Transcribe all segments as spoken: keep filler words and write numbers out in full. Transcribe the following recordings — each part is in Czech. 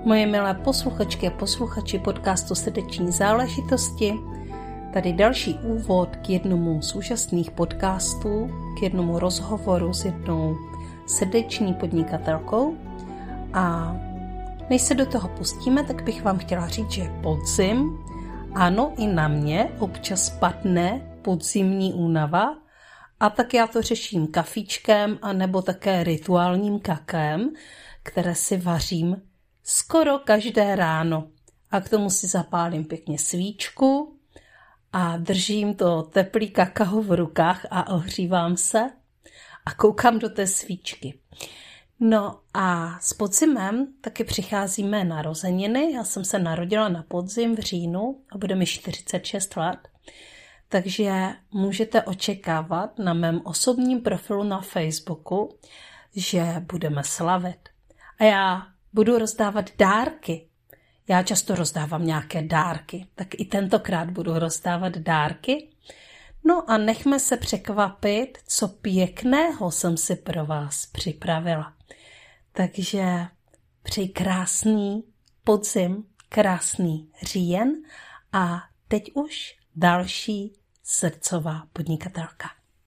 Moje milé posluchačky a posluchači podcastu Srdeční záležitosti, tady další úvod k jednomu z úžasných podcastů, k jednomu rozhovoru s jednou srdeční podnikatelkou. A než se do toho pustíme, tak bych vám chtěla říct, že je podzim. Ano, i na mě občas padne podzimní únava, a tak já to řeším kafíčkem a nebo také rituálním kakem, které si vařím skoro každé ráno. A k tomu si zapálím pěkně svíčku a držím to teplý kakao v rukách a ohřívám se a koukám do té svíčky. No a s podzimem taky přicházíme narozeniny. Já jsem se narodila na podzim v říjnu a bude mi čtyřicet šest let. Takže můžete očekávat na mém osobním profilu na Facebooku, že budeme slavit. A já budu rozdávat dárky. Já často rozdávám nějaké dárky, tak i tentokrát budu rozdávat dárky. No a nechme se překvapit, co pěkného jsem si pro vás připravila. Takže přeji krásný podzim, krásný říjen a teď už další srdcová podnikatelka.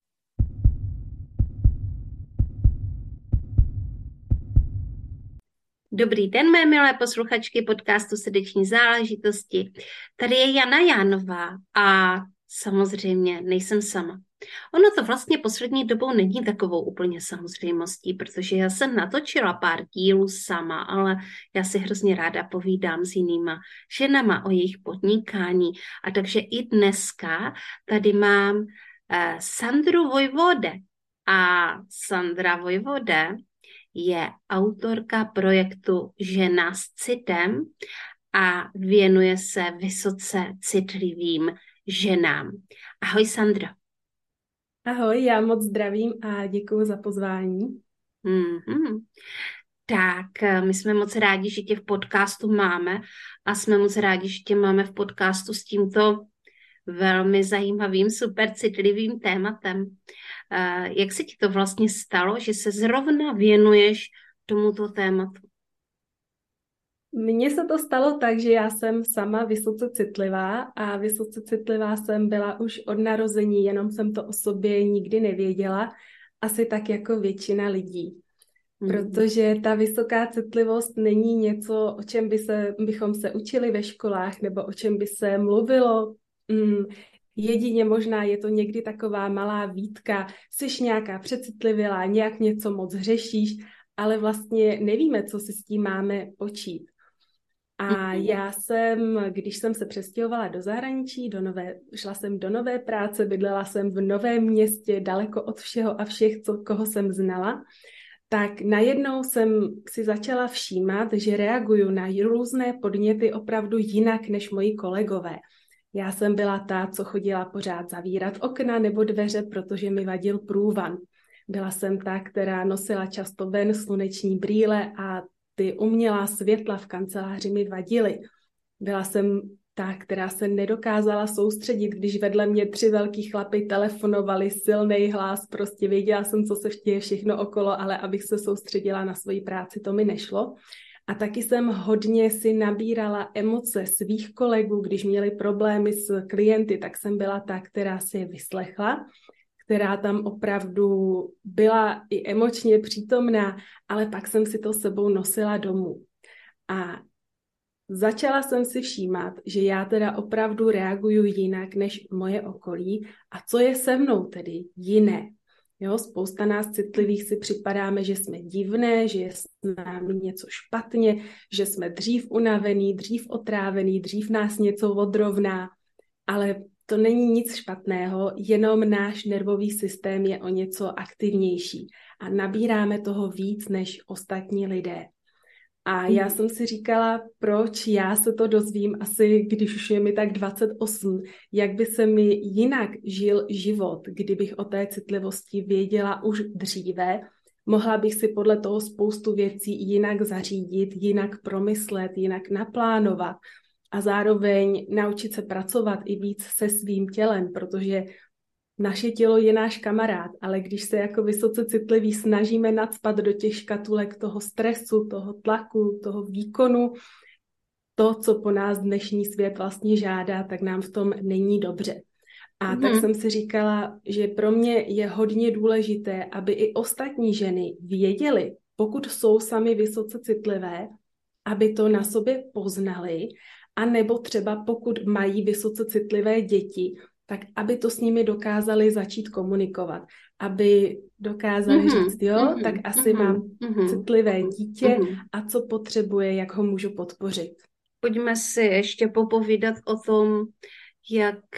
Dobrý den, mé milé posluchačky podcastu Srdeční záležitosti. Tady je Jana Jánová a samozřejmě nejsem sama. Ono to vlastně poslední dobou není takovou úplně samozřejmostí, protože já jsem natočila pár dílů sama, ale já si hrozně ráda povídám s jinýma ženama o jejich podnikání. A takže i dneska tady mám uh, Sandru Vojvode. A Sandra Vojvode je autorka projektu Žena s citem a věnuje se vysoce citlivým ženám. Ahoj, Sandro. Ahoj, já moc zdravím a děkuji za pozvání. Mm-hmm. Tak, my jsme moc rádi, že tě v podcastu máme a jsme moc rádi, že tě máme v podcastu s tímto velmi zajímavým, super citlivým tématem. Jak se ti to vlastně stalo, že se zrovna věnuješ tomuto tématu? Mně se to stalo tak, že já jsem sama vysoce citlivá a vysoce citlivá jsem byla už od narození, jenom jsem to o sobě nikdy nevěděla, asi tak jako většina lidí. Mm. Protože ta vysoká citlivost není něco, o čem by se, bychom se učili ve školách nebo o čem by se mluvilo. Mm. Jedině možná je to někdy taková malá výtka, jsi nějaká přecitlivělá, nějak něco moc řešíš, ale vlastně nevíme, co si s tím máme počít. A já jsem, když jsem se přestěhovala do zahraničí, do nové, šla jsem do nové práce, bydlela jsem v novém městě, daleko od všeho a všech, co, koho jsem znala, tak najednou jsem si začala všímat, že reaguju na různé podněty opravdu jinak než moji kolegové. Já jsem byla ta, co chodila pořád zavírat okna nebo dveře, protože mi vadil průvan. Byla jsem ta, která nosila často ven sluneční brýle a ty umělá světla v kanceláři mi vadily. Byla jsem ta, která se nedokázala soustředit, když vedle mě tři velký chlapy telefonovali, silný hlas, prostě věděla jsem, co se děje všechno okolo, ale abych se soustředila na svoji práci, to mi nešlo. A taky jsem hodně si nabírala emoce svých kolegů, když měli problémy s klienty, tak jsem byla ta, která si je vyslechla, která tam opravdu byla i emočně přítomná, ale pak jsem si to sebou nosila domů. A začala jsem si všímat, že já teda opravdu reaguju jinak než moje okolí a co je se mnou tedy jiné. Jo, spousta nás citlivých si připadáme, že jsme divné, že je s námi něco špatně, že jsme dřív unavený, dřív otrávený, dřív nás něco odrovná, ale to není nic špatného, jenom náš nervový systém je o něco aktivnější a nabíráme toho víc než ostatní lidé. A já jsem si říkala, proč já se to dozvím asi, když už je mi tak dvacet osm, jak by se mi jinak žil život, kdybych o té citlivosti věděla už dříve. Mohla bych si podle toho spoustu věcí jinak zařídit, jinak promyslet, jinak naplánovat a zároveň naučit se pracovat i víc se svým tělem, protože naše tělo je náš kamarád, ale když se jako vysoce citliví snažíme nacpat do těch škatulek toho stresu, toho tlaku, toho výkonu, to, co po nás dnešní svět vlastně žádá, tak nám v tom není dobře. A mm. tak jsem si říkala, že pro mě je hodně důležité, aby i ostatní ženy věděly, pokud jsou sami vysoce citlivé, aby to na sobě poznali, a nebo třeba pokud mají vysoce citlivé děti, tak aby to s nimi dokázali začít komunikovat. Aby dokázali mm-hmm. říct, jo, mm-hmm. tak asi mm-hmm. mám mm-hmm. citlivé dítě mm-hmm. a co potřebuje, jak ho můžu podpořit. Pojďme si ještě popovídat o tom, jak,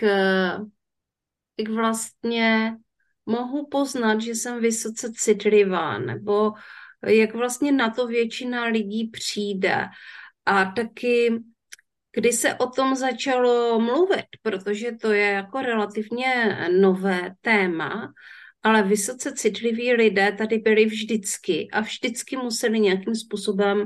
jak vlastně mohu poznat, že jsem vysoce citlivá, nebo jak vlastně na to většina lidí přijde. A taky, kdy se o tom začalo mluvit, protože to je jako relativně nové téma, ale vysoce citliví lidé tady byli vždycky a vždycky museli nějakým způsobem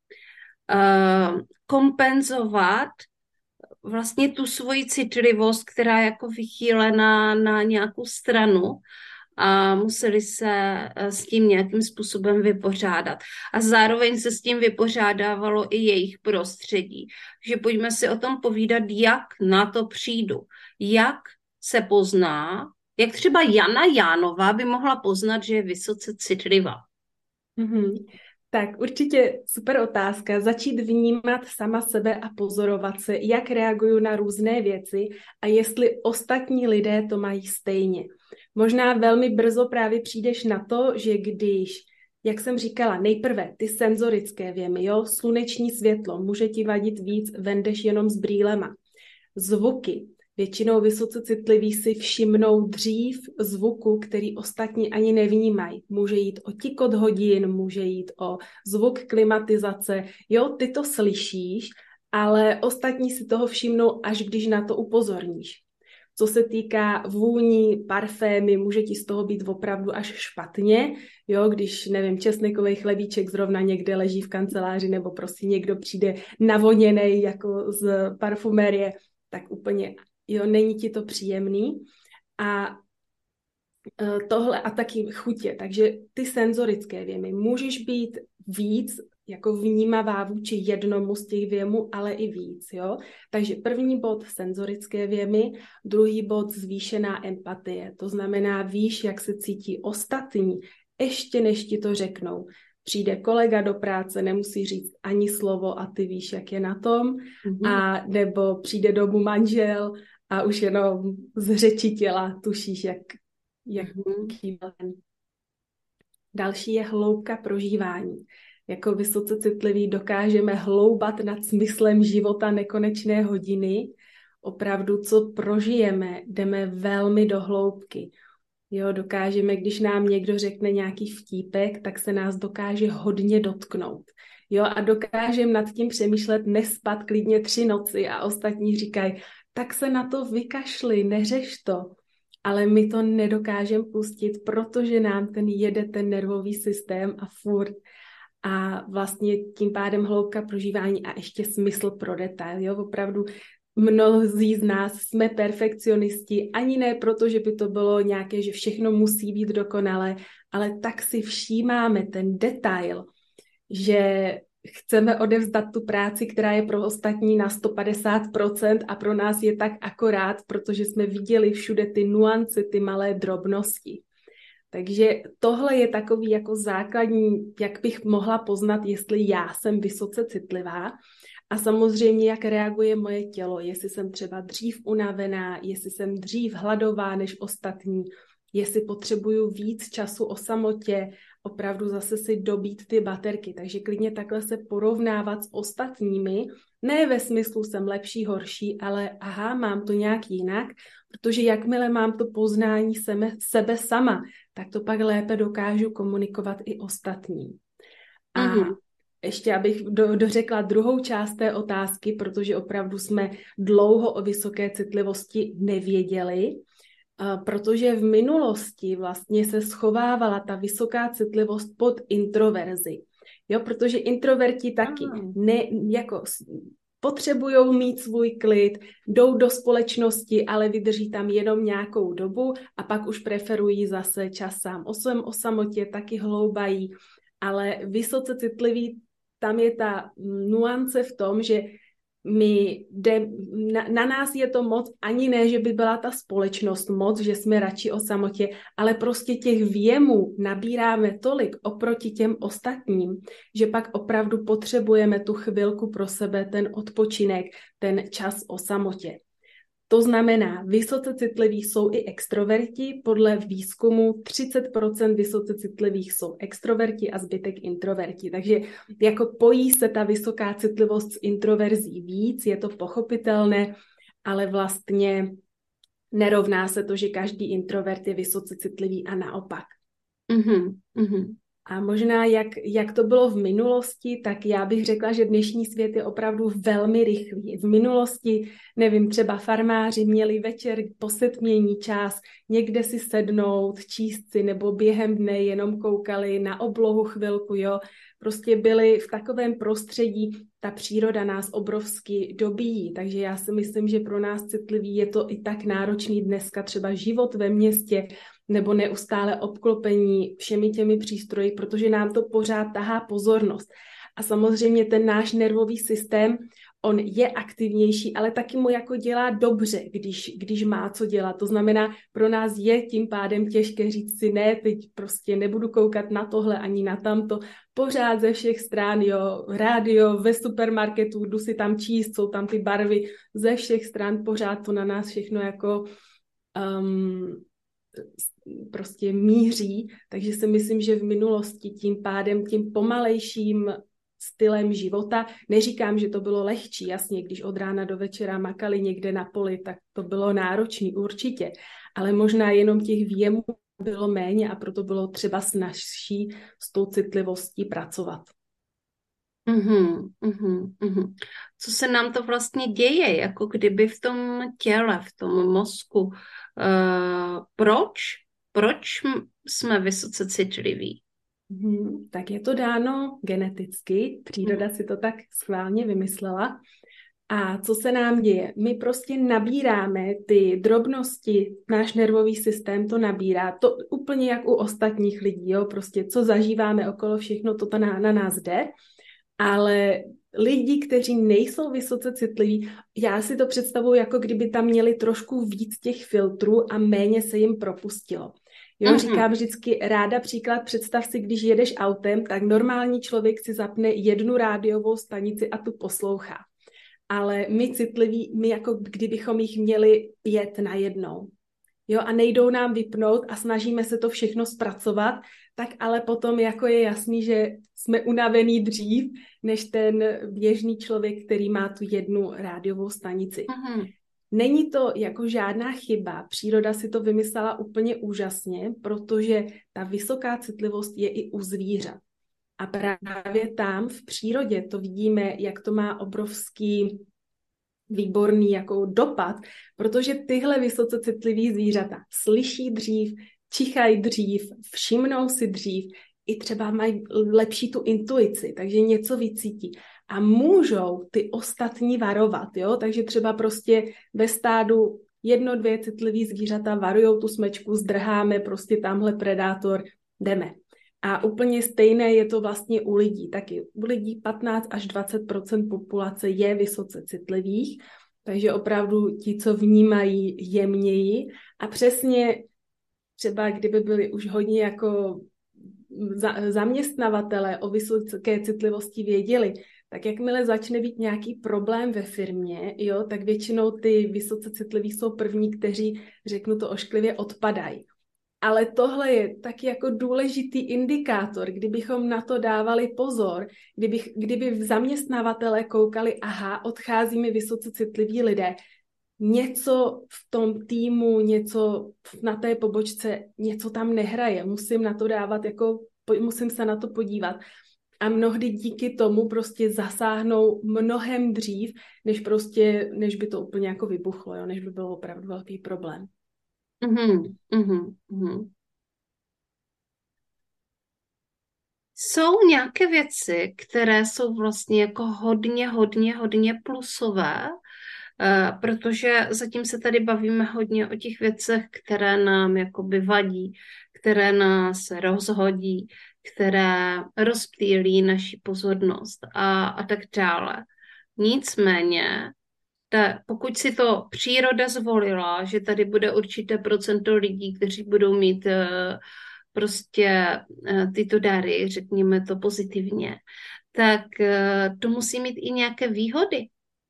uh, kompenzovat vlastně tu svoji citlivost, která je jako vychýlená na nějakou stranu, a museli se s tím nějakým způsobem vypořádat. A zároveň se s tím vypořádávalo i jejich prostředí. Takže pojďme si o tom povídat, jak na to přijdu. Jak se pozná, jak třeba Jana Jánová by mohla poznat, že je vysoce citlivá. Mm-hmm. Tak určitě super otázka. Začít vnímat sama sebe a pozorovat se, jak reaguju na různé věci a jestli ostatní lidé to mají stejně. Možná velmi brzo právě přijdeš na to, že když, jak jsem říkala, nejprve ty senzorické věmy, jo, sluneční světlo, může ti vadit víc, ven jdeš jenom s brýlema. Zvuky. Většinou vysoce citliví si všimnou dřív zvuku, který ostatní ani nevnímají. Může jít o tikot hodin, může jít o zvuk klimatizace. Jo, ty to slyšíš, ale ostatní si toho všimnou, až když na to upozorníš. Co se týká vůní, parfémy, může ti z toho být opravdu až špatně, jo, když, nevím, česnekový chlebíček zrovna někde leží v kanceláři, nebo prostě někdo přijde navoněnej jako z parfumérie, tak úplně, jo, není ti to příjemný. A tohle a taky chutě, takže ty senzorické věmy, můžeš být víc jako vnímavá vůči jednomu z těch věmů, ale i víc, jo. Takže první bod senzorické věmy, druhý bod zvýšená empatie, to znamená víš, jak se cítí ostatní, ještě než ti to řeknou. Přijde kolega do práce, nemusí říct ani slovo a ty víš, jak je na tom, mm-hmm. a nebo přijde domů manžel a už jenom z řeči těla tušíš, jak, jak mm-hmm. Další je hloubka prožívání. Jako vysoce citliví dokážeme hloubat nad smyslem života nekonečné hodiny. Opravdu, co prožijeme, jdeme velmi do hloubky. Jo, dokážeme, když nám někdo řekne nějaký vtípek, tak se nás dokáže hodně dotknout. Jo, a dokážeme nad tím přemýšlet, nespat klidně tři noci a ostatní říkají, tak se na to vykašli, neřeš to. Ale my to nedokážeme pustit, protože nám ten jede ten nervový systém a furt. A vlastně tím pádem hloubka prožívání a ještě smysl pro detail. Jo? Opravdu mnozí z nás jsme perfekcionisti, ani ne proto, že by to bylo nějaké, že všechno musí být dokonalé, ale tak si všímáme ten detail, že chceme odevzdat tu práci, která je pro ostatní na sto padesát procent a pro nás je tak akorát, protože jsme viděli všude ty nuance, ty malé drobnosti. Takže tohle je takový jako základní, jak bych mohla poznat, jestli já jsem vysoce citlivá a samozřejmě, jak reaguje moje tělo, jestli jsem třeba dřív unavená, jestli jsem dřív hladová než ostatní, jestli potřebuju víc času o samotě, opravdu zase si dobít ty baterky. Takže klidně takhle se porovnávat s ostatními, ne ve smyslu jsem lepší, horší, ale aha, mám to nějak jinak, protože jakmile mám to poznání sebe, sebe sama, tak to pak lépe dokážu komunikovat i ostatním. A mm-hmm. ještě abych do, dořekla druhou část té otázky, protože opravdu jsme dlouho o vysoké citlivosti nevěděli, protože v minulosti vlastně se schovávala ta vysoká citlivost pod introverzi. Jo, protože introverti taky ne, jako potřebují mít svůj klid, jdou do společnosti, ale vydrží tam jenom nějakou dobu a pak už preferují zase čas sám o svém, o samotě, taky hloubají, ale vysoce citliví, tam je ta nuance v tom, že my de, na, na nás je to moc, ani ne, že by byla ta společnost moc, že jsme radši o samotě, ale prostě těch věmů nabíráme tolik oproti těm ostatním, že pak opravdu potřebujeme tu chvilku pro sebe, ten odpočinek, ten čas o samotě. To znamená, vysoce citliví jsou i extroverti, podle výzkumu třicet procent vysoce citlivých jsou extroverti a zbytek introverti. Takže jako pojí se ta vysoká citlivost s introverzí víc, je to pochopitelné, ale vlastně nerovná se to, že každý introvert je vysoce citlivý a naopak. Mm-hmm, mm-hmm. A možná, jak, jak to bylo v minulosti, tak já bych řekla, že dnešní svět je opravdu velmi rychlý. V minulosti, nevím, třeba farmáři měli večer po setmění čas někde si sednout, číst si, nebo během dne jenom koukali na oblohu chvilku, jo. Prostě byli v takovém prostředí, ta příroda nás obrovsky dobíjí, takže já si myslím, že pro nás citlivý je to i tak náročný dneska třeba život ve městě, nebo neustále obklopení všemi těmi přístroji, protože nám to pořád tahá pozornost. A samozřejmě ten náš nervový systém, on je aktivnější, ale taky mu jako dělá dobře, když, když má co dělat. To znamená, pro nás je tím pádem těžké říct si, ne, teď prostě nebudu koukat na tohle ani na tamto. Pořád ze všech stran, jo, rádio, ve supermarketu, jdu si tam číst, jsou tam ty barvy, ze všech stran pořád to na nás všechno jako um, prostě míří, takže si myslím, že v minulosti tím pádem, tím pomalejším stylem života, neříkám, že to bylo lehčí, jasně, když od rána do večera makali někde na poli, tak to bylo náročný určitě, ale možná jenom těch výjemů bylo méně a proto bylo třeba snazší s tou citlivostí pracovat. Uhum, uhum, uhum. Co se nám to vlastně děje, jako kdyby v tom těle, v tom mozku? Uh, proč? Proč jsme vysoce citliví? Hmm, tak je to dáno geneticky, příroda si to tak schválně vymyslela. A co se nám děje? My prostě nabíráme ty drobnosti, náš nervový systém to nabírá, to úplně jak u ostatních lidí, jo? Prostě co zažíváme okolo, všechno to na, na nás jde. Ale lidi, kteří nejsou vysoce citliví, já si to představuji, jako kdyby tam měli trošku víc těch filtrů a méně se jim propustilo. Jo, mm-hmm. Říkám vždycky ráda příklad, představ si, když jedeš autem, tak normální člověk si zapne jednu rádiovou stanici a tu poslouchá. Ale my citliví, my jako kdybychom jich měli pět na jednou. Jo, a nejdou nám vypnout a snažíme se to všechno zpracovat, tak ale potom jako je jasný, že jsme unavený dřív, než ten běžný člověk, který má tu jednu rádiovou stanici. Aha. Není to jako žádná chyba, příroda si to vymyslela úplně úžasně, protože ta vysoká citlivost je i u zvířat. A právě tam v přírodě to vidíme, jak to má obrovský výborný jako dopad, protože tyhle vysoce citlivý zvířata slyší dřív, čichají dřív, všimnou si dřív, i třeba mají lepší tu intuici, takže něco vycítí. A můžou ty ostatní varovat, jo? Takže třeba prostě ve stádu jedno, dvě citlivý zvířata varujou tu smečku, zdrháme, prostě tamhle predátor, jdeme. A úplně stejné je to vlastně u lidí. Taky u lidí patnáct až dvacet procent populace je vysoce citlivých, takže opravdu ti, co vnímají jemněji. A přesně třeba kdyby byli už hodně jako za, zaměstnavatelé o vysoké citlivosti věděli, tak jakmile začne být nějaký problém ve firmě, jo, tak většinou ty vysoce citliví jsou první, kteří, řeknu to ošklivě, odpadají. Ale tohle je taky jako důležitý indikátor, kdybychom na to dávali pozor, kdyby, kdyby zaměstnavatelé koukali, aha, odchází mi vysoce citliví lidé, něco v tom týmu, něco na té pobočce, něco tam nehraje, musím na to dávat, jako, musím se na to podívat. A mnohdy díky tomu prostě zasáhnou mnohem dřív, než prostě, než by to úplně jako vybuchlo, jo? Než by byl opravdu velký problém. Uhum, uhum, uhum. Jsou nějaké věci, které jsou vlastně jako hodně, hodně, hodně plusové, eh, protože zatím se tady bavíme hodně o těch věcech, které nám jakoby vadí, které nás rozhodí, které rozptýlí naši pozornost a, a tak dále. Nicméně, ta, pokud si to příroda zvolila, že tady bude určité procento lidí, kteří budou mít eh, prostě eh, tyto dary, řekněme to pozitivně, tak eh, to musí mít i nějaké výhody.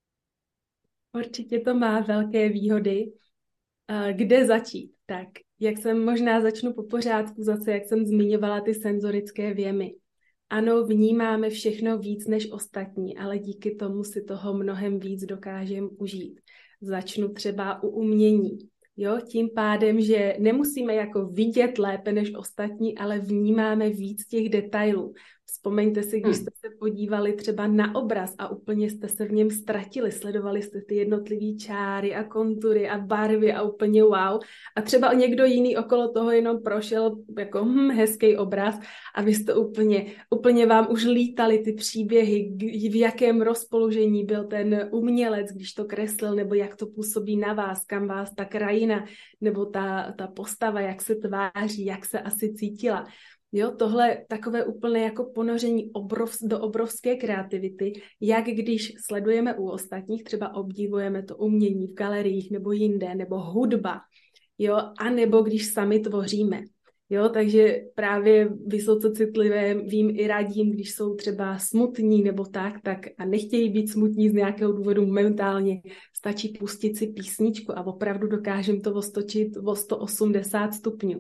Určitě to má velké výhody. Eh, Kde začít? Tak, jak jsem možná začnu po pořádku zase, jak jsem zmiňovala ty senzorické věmy. Ano, vnímáme všechno víc než ostatní, ale díky tomu si toho mnohem víc dokážeme užít. Začnu třeba u umění. Jo, tím pádem, že nemusíme jako vidět lépe než ostatní, ale vnímáme víc těch detailů. Vzpomeňte si, když jste se podívali třeba na obraz a úplně jste se v něm ztratili, sledovali jste ty jednotlivé čáry a kontury a barvy a úplně wow. A třeba někdo jiný okolo toho jenom prošel jako hm, hezký obraz a vy jste úplně, úplně vám už lítali ty příběhy, v jakém rozpoložení byl ten umělec, když to kreslil, nebo jak to působí na vás, kam vás ta krajina nebo ta, ta postava, jak se tváří, jak se asi cítila. Jo, tohle takové úplné jako ponoření obrov, do obrovské kreativity, jak když sledujeme u ostatních, třeba obdivujeme to umění v galeriích nebo jinde, nebo hudba, jo, a nebo když sami tvoříme. Jo, takže právě vysoce citlivé vím i radím, když jsou třeba smutní nebo tak, tak a nechtějí být smutní z nějakého důvodu momentálně, stačí pustit si písničku a opravdu dokážeme to ostočit o sto osmdesát stupňů.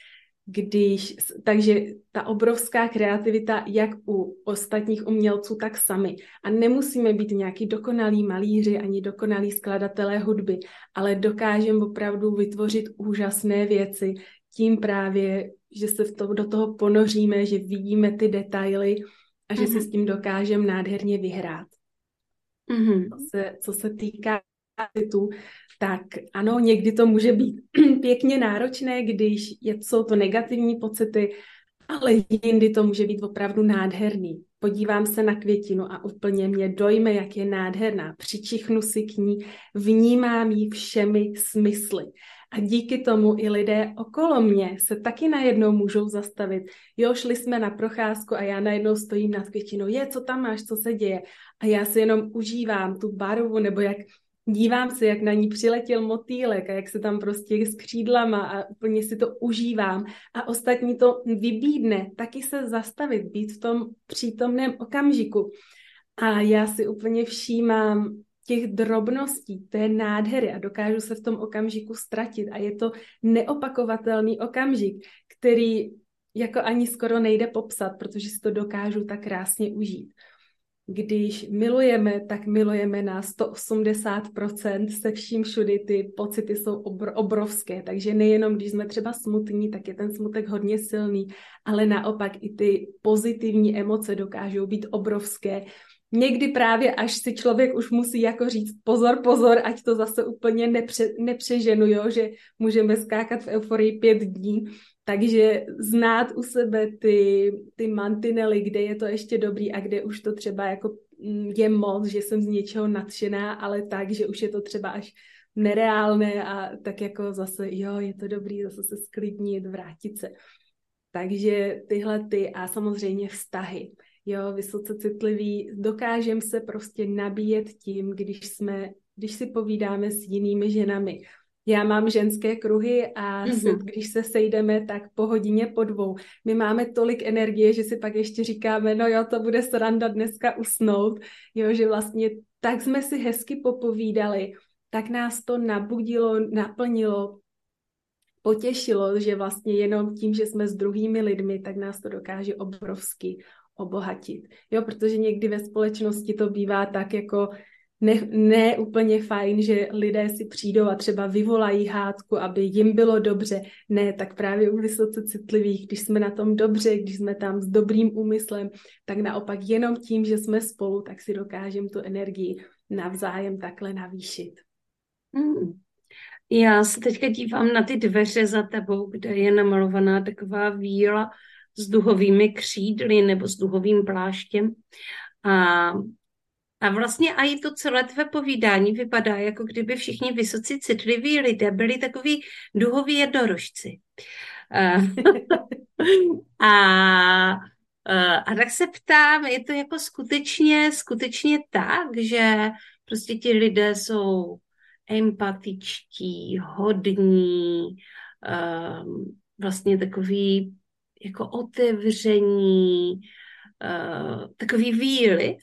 Když, takže ta obrovská kreativita jak u ostatních umělců, tak sami. A nemusíme být nějaký dokonalí malíři ani dokonalí skladatelé hudby, ale dokážeme opravdu vytvořit úžasné věci tím právě, že se v to, do toho ponoříme, že vidíme ty detaily a že mm-hmm. se s tím dokážeme nádherně vyhrát. Mm-hmm. Co se, co se týká tu, tak ano, někdy to může být pěkně náročné, když jsou to negativní pocity, ale jindy to může být opravdu nádherný. Podívám se na květinu a úplně mě dojme, jak je nádherná. Přičichnu si k ní, vnímám ji všemi smysly. A díky tomu i lidé okolo mě se taky najednou můžou zastavit. Jo, šli jsme na procházku a já najednou stojím nad květinou. Je, co tam máš, co se děje? A já si jenom užívám tu barvu, nebo jak dívám se, jak na ní přiletěl motýlek a jak se tam prostě s křídlama a úplně si to užívám. A ostatní to vybídne taky se zastavit, být v tom přítomném okamžiku. A já si úplně všímám těch drobností, té nádhery a dokážu se v tom okamžiku ztratit. A je to neopakovatelný okamžik, který jako ani skoro nejde popsat, protože si to dokážu tak krásně užít. Když milujeme, tak milujeme na sto osmdesát procent se vším všudy, ty pocity jsou obr- obrovské, takže nejenom když jsme třeba smutní, tak je ten smutek hodně silný, ale naopak i ty pozitivní emoce dokážou být obrovské. Někdy právě až si člověk už musí jako říct pozor, pozor, ať to zase úplně nepře- nepřeženu, jo? Že můžeme skákat v euforii pět dní. Takže znát u sebe ty, ty mantinely, kde je to ještě dobrý a kde už to třeba jako je moc, že jsem z něčeho nadšená, ale tak, že už je to třeba až nereálné a tak jako zase, jo, je to dobrý, zase se sklidnit, vrátit se. Takže tyhle ty a samozřejmě vztahy. Jo, vysoce citlivý, dokážeme se prostě nabíjet tím, když jsme, když si povídáme s jinými ženami. Já mám ženské kruhy a mm-hmm. když se sejdeme, tak po hodině, po dvou. My máme tolik energie, že si pak ještě říkáme, no jo, to bude sranda dneska usnout, jo, že vlastně tak jsme si hezky popovídali, tak nás to nabudilo, naplnilo, potěšilo, že vlastně jenom tím, že jsme s druhými lidmi, tak nás to dokáže obrovsky obohatit. Jo, protože někdy ve společnosti to bývá tak jako ne, ne úplně fajn, že lidé si přijdou a třeba vyvolají hádku, aby jim bylo dobře. Ne, tak právě u vysoce citlivých, když jsme na tom dobře, když jsme tam s dobrým úmyslem, tak naopak jenom tím, že jsme spolu, tak si dokážeme tu energii navzájem takhle navýšit. Hmm. Já se teďka dívám na ty dveře za tebou, kde je namalovaná taková víla s duhovými křídly nebo s duhovým pláštěm. A, a vlastně a i to celé tvé povídání vypadá, jako kdyby všichni vysoce citliví lidé byli takový duhoví jednorožci. A, a, a tak se ptám, je to jako skutečně, skutečně tak, že prostě ti lidé jsou empatičtí, hodní, um, vlastně takový jako otevření, uh, takový víly.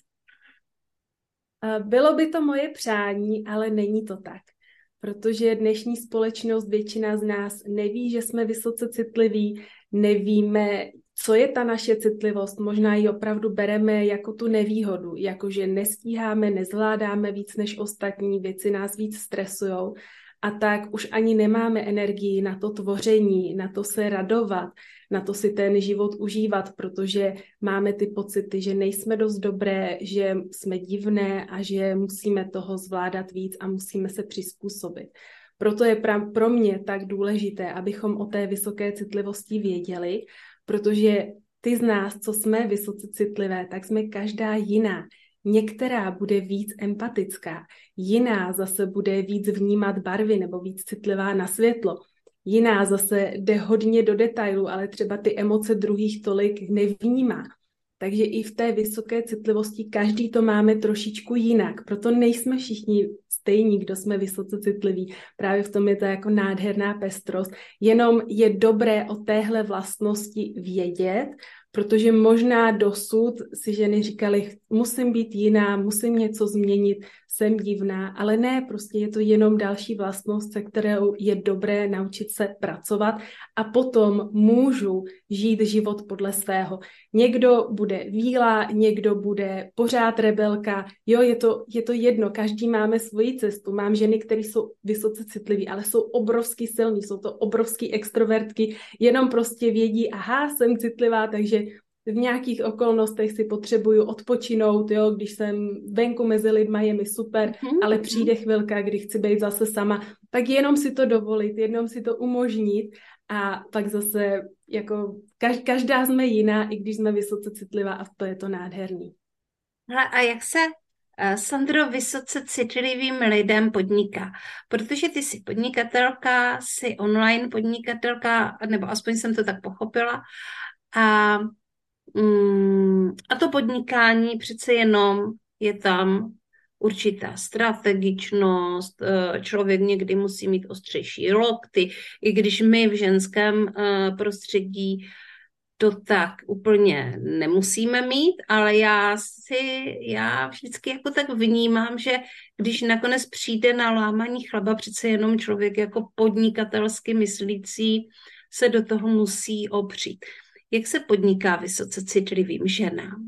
Bylo by to moje přání, ale není to tak. Protože dnešní společnost, většina z nás neví, že jsme vysoce citliví, nevíme, co je ta naše citlivost, možná ji opravdu bereme jako tu nevýhodu, jako že nestíháme, nezvládáme víc než ostatní, věci nás víc stresujou a tak už ani nemáme energii na to tvoření, na to se radovat, na to si ten život užívat, protože máme ty pocity, že nejsme dost dobré, že jsme divné a že musíme toho zvládat víc a musíme se přizpůsobit. Proto je pra- pro mě tak důležité, abychom o té vysoké citlivosti věděli, protože ty z nás, co jsme vysoce citlivé, tak jsme každá jiná. Některá bude víc empatická, jiná zase bude víc vnímat barvy nebo víc citlivá na světlo. Jiná zase jde hodně do detailu, ale třeba ty emoce druhých tolik nevnímá. Takže i v té vysoké citlivosti každý to máme trošičku jinak. Proto nejsme všichni stejní, kdo jsme vysoce citliví. Právě v tom je to jako nádherná pestrost. Jenom je dobré o téhle vlastnosti vědět, protože možná dosud si ženy říkaly, musím být jiná, musím něco změnit, jsem divná, ale ne, prostě je to jenom další vlastnost, se kterou je dobré naučit se pracovat a potom můžu žít život podle svého. Někdo bude víla, někdo bude pořád rebelka, jo, je to, je to jedno, každý máme svoji cestu. Mám ženy, které jsou vysoce citliví, ale jsou obrovsky silní, jsou to obrovský extrovertky, jenom prostě vědí, aha, jsem citlivá, takže v nějakých okolnostech si potřebuju odpočinout, jo, když jsem venku mezi lidma, je mi super, mm-hmm. ale přijde chvilka, kdy chci být zase sama, tak jenom si to dovolit, jenom si to umožnit a pak zase jako každá jsme jiná, i když jsme vysoce citlivá a to je to nádherný. A jak se, Sandro, vysoce citlivým lidem podniká? Protože ty jsi podnikatelka, jsi online podnikatelka, nebo aspoň jsem to tak pochopila, a A to podnikání přece jenom je tam určitá strategičnost, člověk někdy musí mít ostřejší lokty, i když my v ženském prostředí to tak úplně nemusíme mít, ale já si, já vždycky jako tak vnímám, že když nakonec přijde na lámaní chleba, přece jenom člověk jako podnikatelsky myslící se do toho musí opřít. Jak se podniká vysoce citlivým ženám?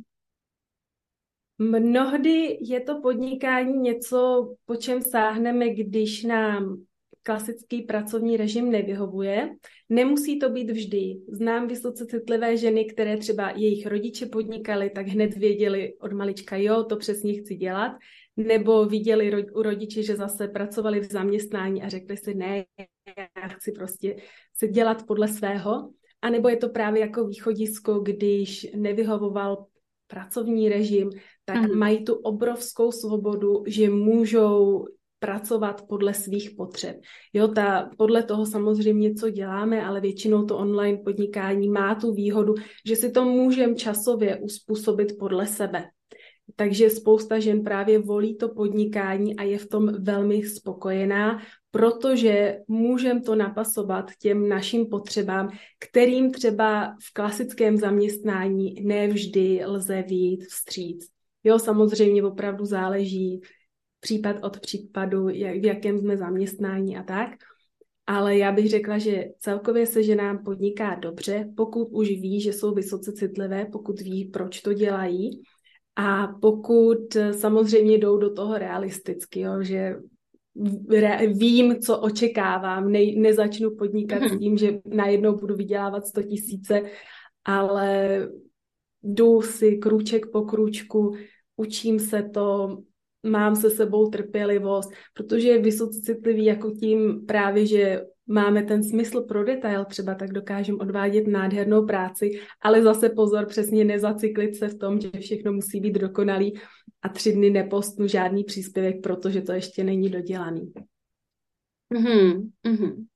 Mnohdy je to podnikání něco, po čem sáhneme, když nám klasický pracovní režim nevyhovuje. Nemusí to být vždy. Znám vysoce citlivé ženy, které třeba jejich rodiče podnikali, tak hned věděli od malička, jo, to přesně chci dělat. Nebo viděli u rodiče, že zase pracovali v zaměstnání a řekli si, ne, já chci prostě si dělat podle svého. A nebo je to právě jako východisko, když nevyhovoval pracovní režim, tak mm. mají tu obrovskou svobodu, že můžou pracovat podle svých potřeb. Jo, ta, podle toho samozřejmě, co děláme, ale většinou to online podnikání má tu výhodu, že si to můžeme časově uspůsobit podle sebe. Takže spousta žen právě volí to podnikání a je v tom velmi spokojená, protože můžeme to napasovat těm našim potřebám, kterým třeba v klasickém zaměstnání nevždy lze vyjít vstříc. Jo, samozřejmě opravdu záleží případ od případu, jak, v jakém jsme zaměstnání a tak, ale já bych řekla, že celkově se ženám podniká dobře, pokud už ví, že jsou vysoce citlivé, pokud ví, proč to dělají, a pokud samozřejmě jdou do toho realisticky, jo, že vím, co očekávám, ne, nezačnu podnikat mm. s tím, že najednou budu vydělávat sto tisíce, ale jdu si krůček po krůčku, učím se to, mám se sebou trpělivost, protože je vysoce citlivý jako tím právě, že máme ten smysl pro detail třeba, tak dokážeme odvádět nádhernou práci, ale zase pozor, přesně nezacyklit se v tom, že všechno musí být dokonalý a tři dny nepostnu žádný příspěvek, protože to ještě není dodělaný. Mm-hmm, mm-hmm.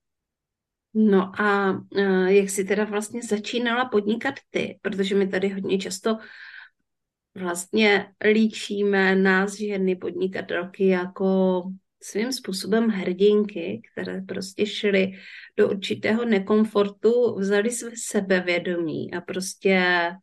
No a uh, jak jsi teda vlastně začínala podnikat ty? Protože my tady hodně často vlastně líčíme nás ženy podnikatelky jako svým způsobem hrdinky, které prostě šly do určitého nekomfortu, vzali své sebevědomí a prostě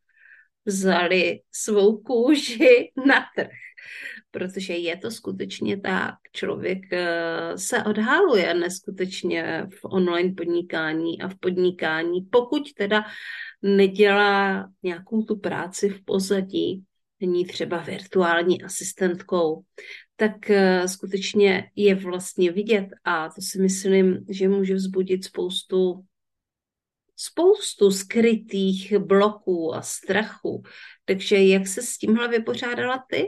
vzali svou kůži na trh. Protože je to skutečně tak. Člověk se odhaluje neskutečně v online podnikání a v podnikání, pokud teda nedělá nějakou tu práci v pozadí, není třeba virtuální asistentkou, tak skutečně je vlastně vidět a to si myslím, že může vzbudit spoustu spoustu skrytých bloků a strachu. Takže jak se s tímhle vypořádala ty?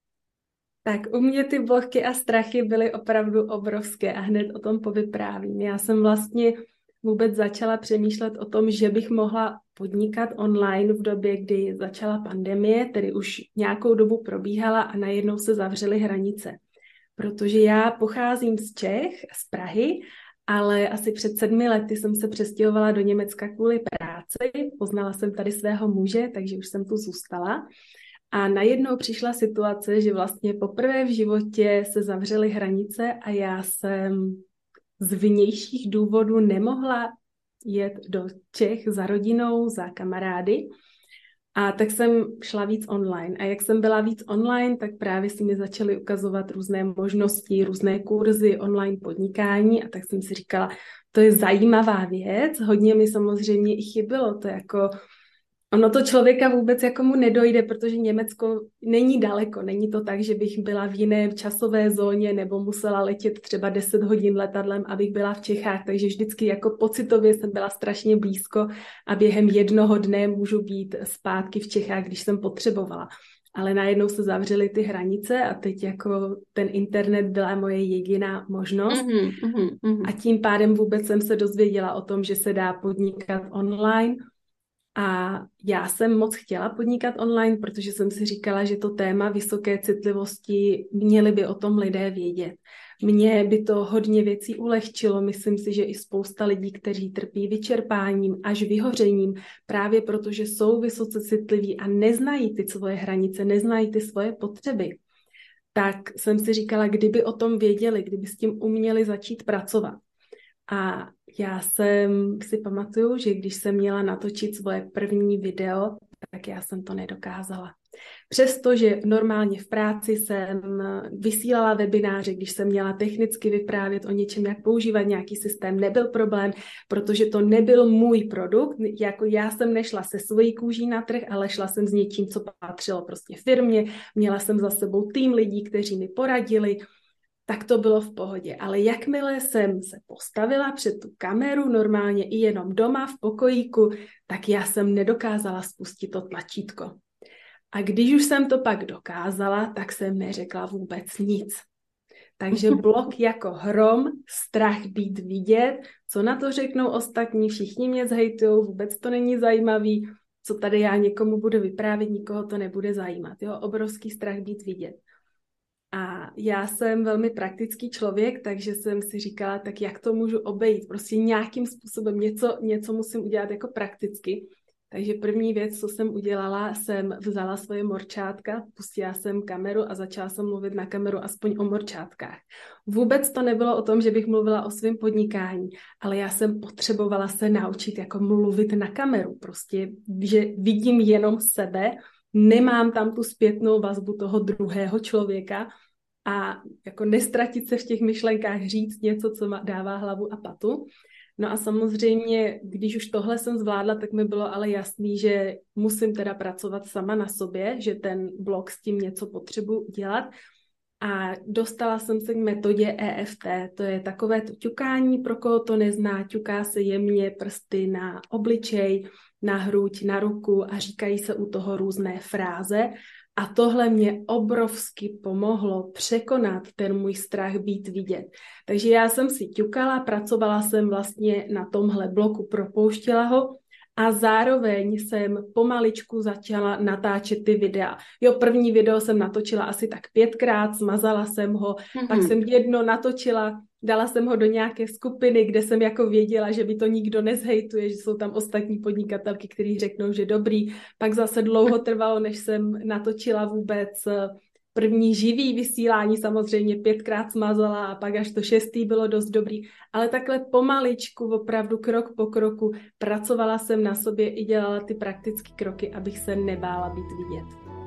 Tak u mě ty bloky a strachy byly opravdu obrovské a hned o tom povyprávím. Já jsem vlastně vůbec začala přemýšlet o tom, že bych mohla podnikat online v době, kdy začala pandemie, tedy už nějakou dobu probíhala a najednou se zavřely hranice. Protože já pocházím z Čech, z Prahy, ale asi před sedmi lety jsem se přestěhovala do Německa kvůli práci. Poznala jsem tady svého muže, takže už jsem tu zůstala. A najednou přišla situace, že vlastně poprvé v životě se zavřely hranice a já jsem z vnějších důvodů nemohla jet do Čech za rodinou, za kamarády. A tak jsem šla víc online. A jak jsem byla víc online, tak právě si mi začaly ukazovat různé možnosti, různé kurzy online podnikání a tak jsem si říkala, to je zajímavá věc. Hodně mi samozřejmě i chybilo. To jako, ono to člověka vůbec jako mu nedojde, protože Německo není daleko. Není to tak, že bych byla v jiné časové zóně nebo musela letět třeba deset hodin letadlem, abych byla v Čechách. Takže vždycky jako pocitově jsem byla strašně blízko a během jednoho dne můžu být zpátky v Čechách, když jsem potřebovala. Ale najednou se zavřely ty hranice a teď jako ten internet byla moje jediná možnost. Mm-hmm, mm-hmm. A tím pádem vůbec jsem se dozvěděla o tom, že se dá podnikat online. A já jsem moc chtěla podnikat online, protože jsem si říkala, že to téma vysoké citlivosti, měli by o tom lidé vědět. Mně by to hodně věcí ulehčilo, myslím si, že i spousta lidí, kteří trpí vyčerpáním až vyhořením, právě protože jsou vysoce citliví a neznají ty svoje hranice, neznají ty svoje potřeby. Tak jsem si říkala, kdyby o tom věděli, kdyby s tím uměli začít pracovat. A já jsem si pamatuju, že když jsem měla natočit svoje první video, tak já jsem to nedokázala. Přestože normálně v práci jsem vysílala webináře, když jsem měla technicky vyprávět o něčem, jak používat nějaký systém, nebyl problém, protože to nebyl můj produkt, jako já jsem nešla se svojí kůží na trh, ale šla jsem s něčím, co patřilo prostě firmě, měla jsem za sebou tým lidí, kteří mi poradili, tak to bylo v pohodě. Ale jakmile jsem se postavila před tu kameru, normálně i jenom doma v pokojíku, tak já jsem nedokázala spustit to tlačítko. A když už jsem to pak dokázala, tak jsem neřekla vůbec nic. Takže blok jako hrom, strach být vidět, co na to řeknou ostatní, všichni mě zhejtujou, vůbec to není zajímavý, co tady já někomu budu vyprávět, nikoho to nebude zajímat. Jo? Obrovský strach být vidět. A já jsem velmi praktický člověk, takže jsem si říkala, tak jak to můžu obejít? Prostě nějakým způsobem něco, něco musím udělat jako prakticky. Takže první věc, co jsem udělala, jsem vzala svoje morčátka, pustila jsem kameru a začala jsem mluvit na kameru aspoň o morčátkách. Vůbec to nebylo o tom, že bych mluvila o svém podnikání, ale já jsem potřebovala se naučit jako mluvit na kameru. Prostě, že vidím jenom sebe, nemám tam tu zpětnou vazbu toho druhého člověka a jako nestratit se v těch myšlenkách, říct něco, co dává hlavu a patu. No a samozřejmě, když už tohle jsem zvládla, tak mi bylo ale jasný, že musím teda pracovat sama na sobě, že ten blog s tím něco potřebuji dělat. A dostala jsem se k metodě E F T, to je takové to ťukání, pro koho to nezná, ťuká se jemně prsty na obličej, na hruď, na ruku a říkají se u toho různé fráze A tohle mě obrovsky pomohlo překonat ten můj strach být vidět. Takže já jsem si ťukala, pracovala jsem vlastně na tomhle bloku, propouštěla ho a zároveň jsem pomaličku začala natáčet ty videa. Jo, první video jsem natočila asi tak pětkrát, smazala jsem ho, mm-hmm. pak jsem jedno natočila, dala jsem ho do nějaké skupiny, kde jsem jako věděla, že by to nikdo nezhejtuje, že jsou tam ostatní podnikatelky, kteří řeknou, že dobrý. Pak zase dlouho trvalo, než jsem natočila vůbec první živý vysílání, samozřejmě pětkrát smazala a pak až to šestý bylo dost dobrý. Ale takhle pomaličku, opravdu krok po kroku, pracovala jsem na sobě i dělala ty praktické kroky, abych se nebála být vidět.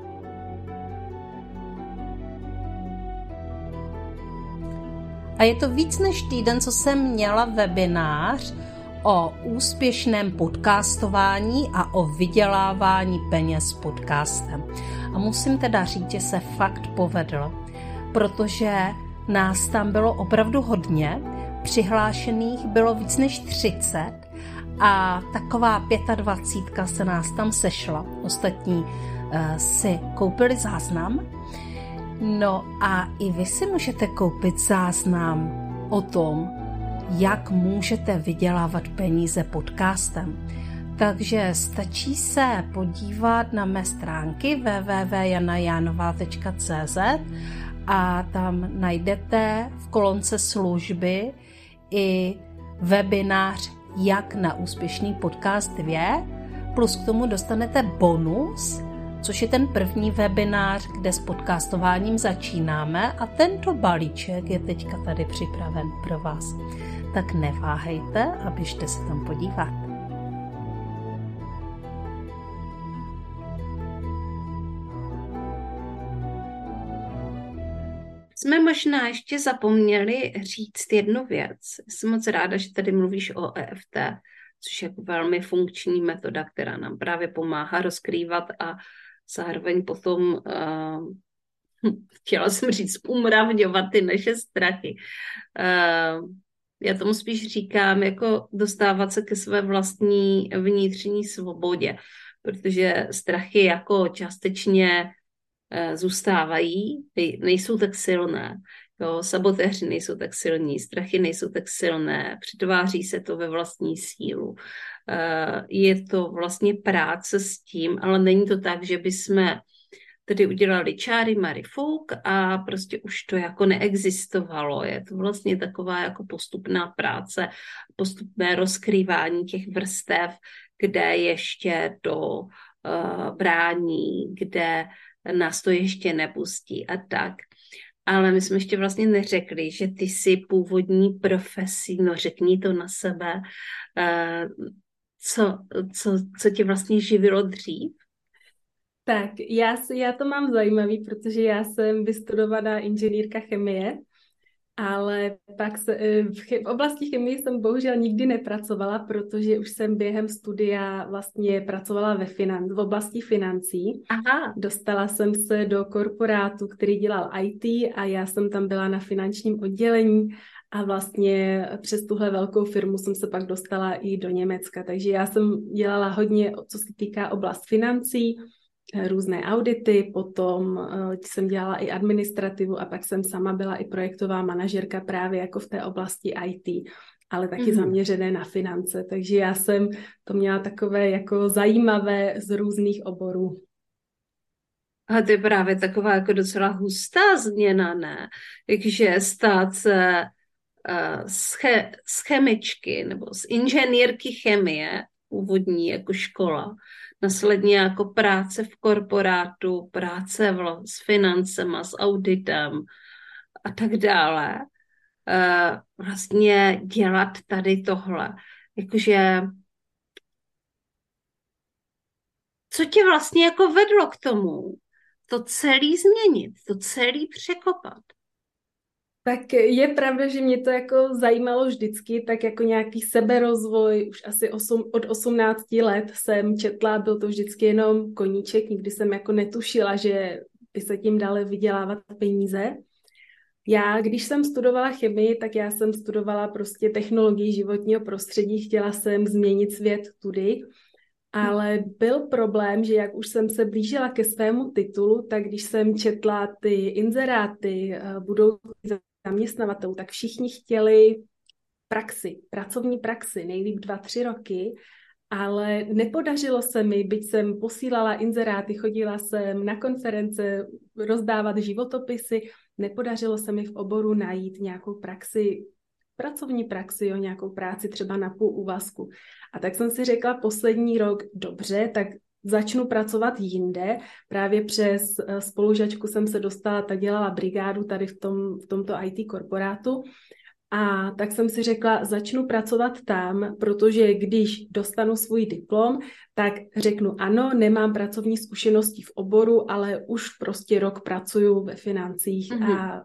A je to víc než týden, co jsem měla webinář o úspěšném podcastování a o vydělávání peněz podcastem. A musím teda říct, že se fakt povedlo, protože nás tam bylo opravdu hodně, přihlášených bylo víc než třicet a taková dvacet pět se nás tam sešla. Ostatní uh, si koupili záznam. No a i vy si můžete koupit záznam o tom, jak můžete vydělávat peníze podcastem. Takže stačí se podívat na mé stránky w w w tečka jana janová tečka c z a tam najdete v kolonce služby i webinář Jak na úspěšný podcast dvě, plus k tomu dostanete bonus, což je ten první webinář, kde s podcastováním začínáme a tento balíček je teďka tady připraven pro vás. Tak neváhejte a běžte se tam podívat. Jsme možná ještě zapomněli říct jednu věc. Jsem moc ráda, že tady mluvíš o E F T, což je jako velmi funkční metoda, která nám právě pomáhá rozkrývat a zároveň potom, uh, chtěla jsem říct, umravňovat ty naše strachy. Uh, já tomu spíš říkám, jako dostávat se ke své vlastní vnitřní svobodě, protože strachy jako částečně uh, zůstávají, nejsou tak silné. Jo, sabotéři nejsou tak silní, strachy nejsou tak silné, přetváří se to ve vlastní sílu. Je to vlastně práce s tím, ale není to tak, že bychom tedy udělali čáry Mary Fouk a prostě už to jako neexistovalo. Je to vlastně taková jako postupná práce, postupné rozkrývání těch vrstev, kde ještě to uh, brání, kde nás to ještě nepustí a tak. Ale my jsme ještě vlastně neřekli, že ty jsi původní profesí, no řekni to na sebe, uh, co, co, co tě vlastně živilo dřív? Tak, já, já to mám zajímavý, protože já jsem vystudovaná inženýrka chemie, ale pak se, v, chem, v oblasti chemie jsem bohužel nikdy nepracovala, protože už jsem během studia vlastně pracovala ve finan, v oblasti financí. Aha. Dostala jsem se do korporátu, který dělal í té a já jsem tam byla na finančním oddělení a vlastně přes tuhle velkou firmu jsem se pak dostala i do Německa. Takže já jsem dělala hodně, co se týká oblast financí, různé audity, potom uh, jsem dělala i administrativu a pak jsem sama byla i projektová manažerka právě jako v té oblasti í té, ale taky mm-hmm. zaměřené na finance. Takže já jsem to měla takové jako zajímavé z různých oborů. A to je právě taková jako docela hustá změna, ne? Takže stát se uh, z, che, z chemičky nebo z inženýrky chemie, původní jako škola, následně jako práce v korporátu, práce vl- s financema, s auditem a tak dále. E, vlastně dělat tady tohle. Jakože co tě vlastně jako vedlo k tomu to celý změnit, to celý překopat? Tak je pravda, že mě to jako zajímalo vždycky, tak jako nějaký seberozvoj, už asi osm, od osmnácti let jsem četla, byl to vždycky jenom koníček, nikdy jsem jako netušila, že by se tím dalo vydělávat peníze. Já, když jsem studovala chemii, tak já jsem studovala prostě technologii životního prostředí, chtěla jsem změnit svět tudy Ale byl problém, že jak už jsem se blížila ke svému titulu, tak když jsem četla ty inzeráty budoucích zaměstnavatelů, tak všichni chtěli praxi, pracovní praxi, nejlíp dva, tři roky, ale nepodařilo se mi, byť jsem posílala inzeráty, chodila jsem na konference, rozdávat životopisy, nepodařilo se mi v oboru najít nějakou praxi, pracovní praxi, jo, nějakou práci třeba na půl úvazku. A tak jsem si řekla poslední rok, dobře, tak začnu pracovat jinde. Právě přes spolužačku jsem se dostala, ta dělala brigádu tady v, tom, v tomto í té korporátu. A tak jsem si řekla, začnu pracovat tam, protože když dostanu svůj diplom, tak řeknu ano, nemám pracovní zkušenosti v oboru, ale už prostě rok pracuju ve financích mm-hmm. a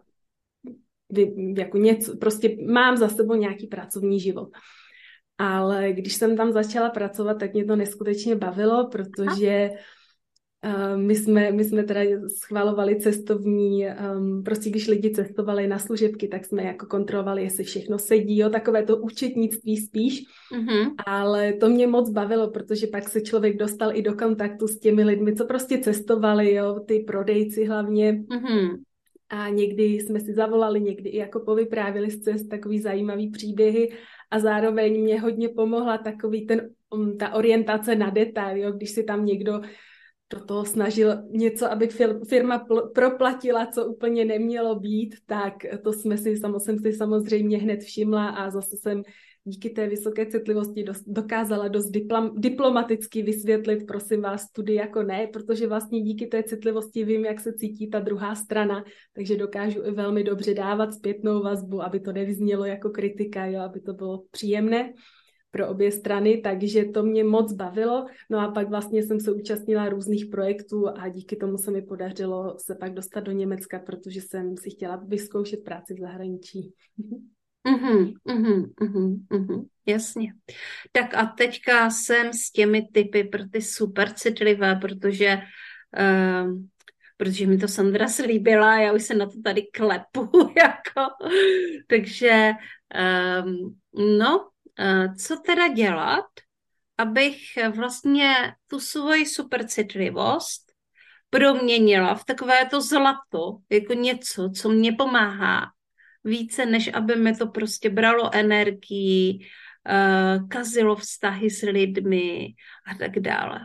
jako něco, prostě mám za sebou nějaký pracovní život. Ale když jsem tam začala pracovat, tak mě to neskutečně bavilo, protože uh, my, jsme, my jsme teda schvalovali cestovní, um, prostě když lidi cestovali na služebky, tak jsme jako kontrolovali, jestli všechno sedí, jo, takové to účetnictví spíš, mm-hmm. ale to mě moc bavilo, protože pak se člověk dostal i do kontaktu s těmi lidmi, co prostě cestovali, jo, ty prodejci hlavně, mm-hmm. A někdy jsme si zavolali, někdy i jako povyprávili z cest takový zajímavý příběhy a zároveň mě hodně pomohla takový ten, um, ta orientace na detail, jo? Když si tam někdo do toho snažil něco, aby firma pl- proplatila, co úplně nemělo být, tak to jsme si, samo, jsem si samozřejmě hned všimla a zase jsem díky té vysoké citlivosti dos- dokázala dost diplom- diplomaticky vysvětlit, prosím vás, tudy jako ne, protože vlastně díky té citlivosti vím, jak se cítí ta druhá strana, takže dokážu i velmi dobře dávat zpětnou vazbu, aby to nevyznělo jako kritika, jo, aby to bylo příjemné pro obě strany, takže to mě moc bavilo. No a pak vlastně jsem se účastnila různých projektů a díky tomu se mi podařilo se pak dostat do Německa, protože jsem si chtěla vyzkoušet práci v zahraničí. Uhum, uhum, uhum, uhum, jasně. Tak a teďka jsem s těmi typy pro ty super citlivé, protože, uh, protože mi to Sandra slíbila, já už se na to tady klepu, jako. Takže, um, no, uh, co teda dělat, abych vlastně tu svoji super citlivost proměnila v takové to zlato, jako něco, co mě pomáhá více, než aby mi to prostě bralo energii, uh, kazilo vztahy s lidmi a tak dále.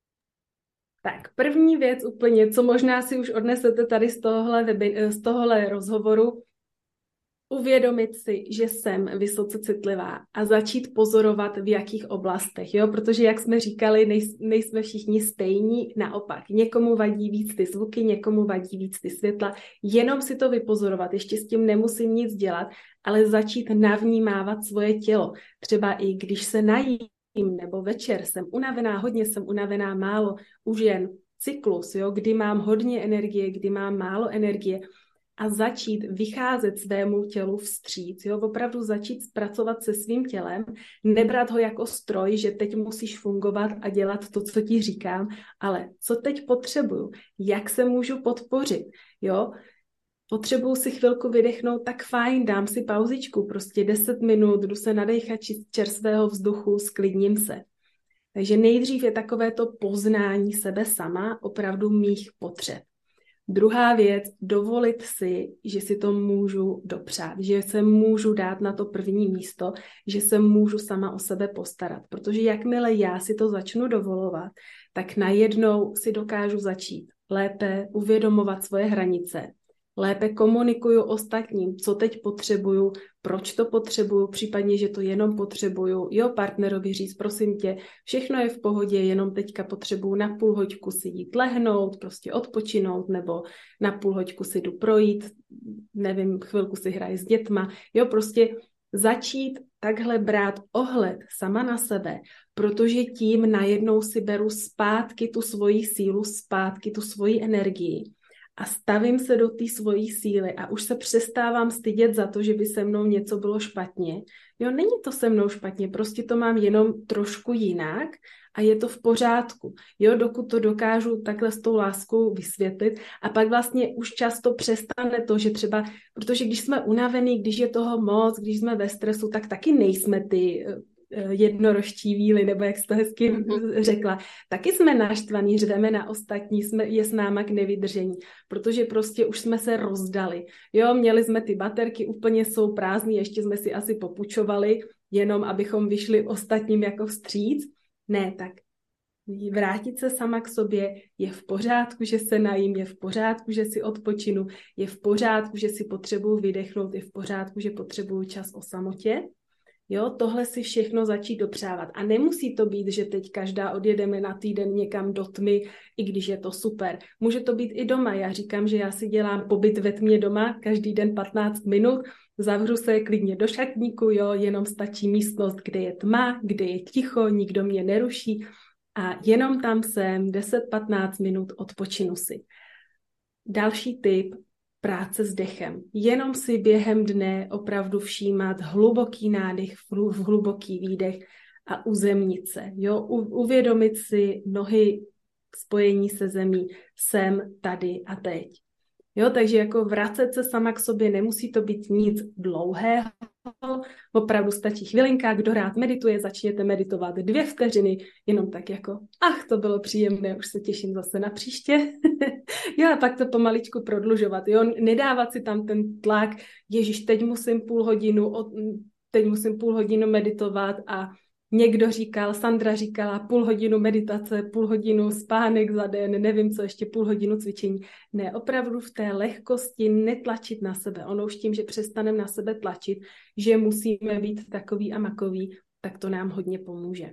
Tak první věc úplně, co možná si už odnesete tady z tohohle, z tohohle rozhovoru, uvědomit si, že jsem vysoce citlivá a začít pozorovat, v jakých oblastech, jo, protože jak jsme říkali, nej, nejsme všichni stejní, naopak, někomu vadí víc ty zvuky, někomu vadí víc ty světla, jenom si to vypozorovat, ještě s tím nemusím nic dělat, ale začít navnímávat svoje tělo, třeba i když se najím, nebo večer jsem unavená, hodně jsem unavená, málo, už jen cyklus, jo, kdy mám hodně energie, kdy mám málo energie, a začít vycházet svému tělu vstříc, jo? Opravdu začít pracovat se svým tělem, nebrat ho jako stroj, že teď musíš fungovat a dělat to, co ti říkám, ale co teď potřebuju, jak se můžu podpořit, jo? Potřebuju si chvilku vydechnout, tak fajn, dám si pauzičku, prostě deset minut, jdu se nadechat čerstvého vzduchu, sklidním se. Takže nejdřív je takové to poznání sebe sama, opravdu mých potřeb. Druhá věc, dovolit si, že si to můžu dopřát, že se můžu dát na to první místo, že se můžu sama o sebe postarat. Protože jakmile já si to začnu dovolovat, tak najednou si dokážu začít lépe uvědomovat svoje hranice, lépe komunikuju ostatním, co teď potřebuju, proč to potřebuju, případně, že to jenom potřebuju, jo, partnerovi říct, prosím tě, všechno je v pohodě, jenom teďka potřebuju na půl hoďku si jít lehnout, prostě odpočinout, nebo na půl hoďku si jdu projít, nevím, chvilku si hraje s dětma, jo, prostě začít takhle brát ohled sama na sebe, protože tím najednou si beru zpátky tu svoji sílu, zpátky tu svoji energii. A stavím se do té svojí síly a už se přestávám stydět za to, že by se mnou něco bylo špatně. Jo, není to se mnou špatně, prostě to mám jenom trošku jinak a je to v pořádku. Jo, dokud to dokážu takhle s tou láskou vysvětlit a pak vlastně už často přestane to, že třeba, protože když jsme unavení, když je toho moc, když jsme ve stresu, tak taky nejsme ty jednorožčí víly, nebo jak jsi to hezky řekla. Taky jsme naštvaní, řveme na ostatní, jsme, je s náma k nevydržení, protože prostě už jsme se rozdali. Jo, měli jsme ty baterky, úplně jsou prázdný, ještě jsme si asi popučovali, jenom abychom vyšli ostatním jako vstříc. Ne, tak vrátit se sama k sobě, je v pořádku, že se najím, je v pořádku, že si odpočinu, je v pořádku, že si potřebuju vydechnout, je v pořádku, že potřebuju čas o samotě. Jo, tohle si všechno začít dopřávat. A nemusí to být, že teď každá odjedeme na týden někam do tmy, i když je to super. Může to být i doma. Já říkám, že já si dělám pobyt ve tmě doma, každý den patnáct minut, zavřu se klidně do šatníku, jo, jenom stačí místnost, kde je tma, kde je ticho, nikdo mě neruší a jenom tam jsem deset patnáct minut odpočinu si. Další tip, práce s dechem. Jenom si během dne opravdu všímat hluboký nádech, hluboký výdech a uzemnit se. Jo? U, uvědomit si nohy spojení se zemí, jsem, tady a teď. Jo? Takže jako vracet se sama k sobě, nemusí to být nic dlouhého, opravdu stačí chvilinka, kdo rád medituje, začněte meditovat dvě vteřiny, jenom tak jako, ach, to bylo příjemné, už se těším zase na příště. Jo, a pak to pomaličku prodlužovat, jo, nedávat si tam ten tlak, ježiš, teď musím půl hodinu, teď musím půl hodinu meditovat a někdo říkal, Sandra říkala půl hodinu meditace, půl hodinu spánek za den, nevím co, ještě půl hodinu cvičení. Ne, opravdu v té lehkosti netlačit na sebe. Ono už tím, že přestaneme na sebe tlačit, že musíme být takový a makový, tak to nám hodně pomůže.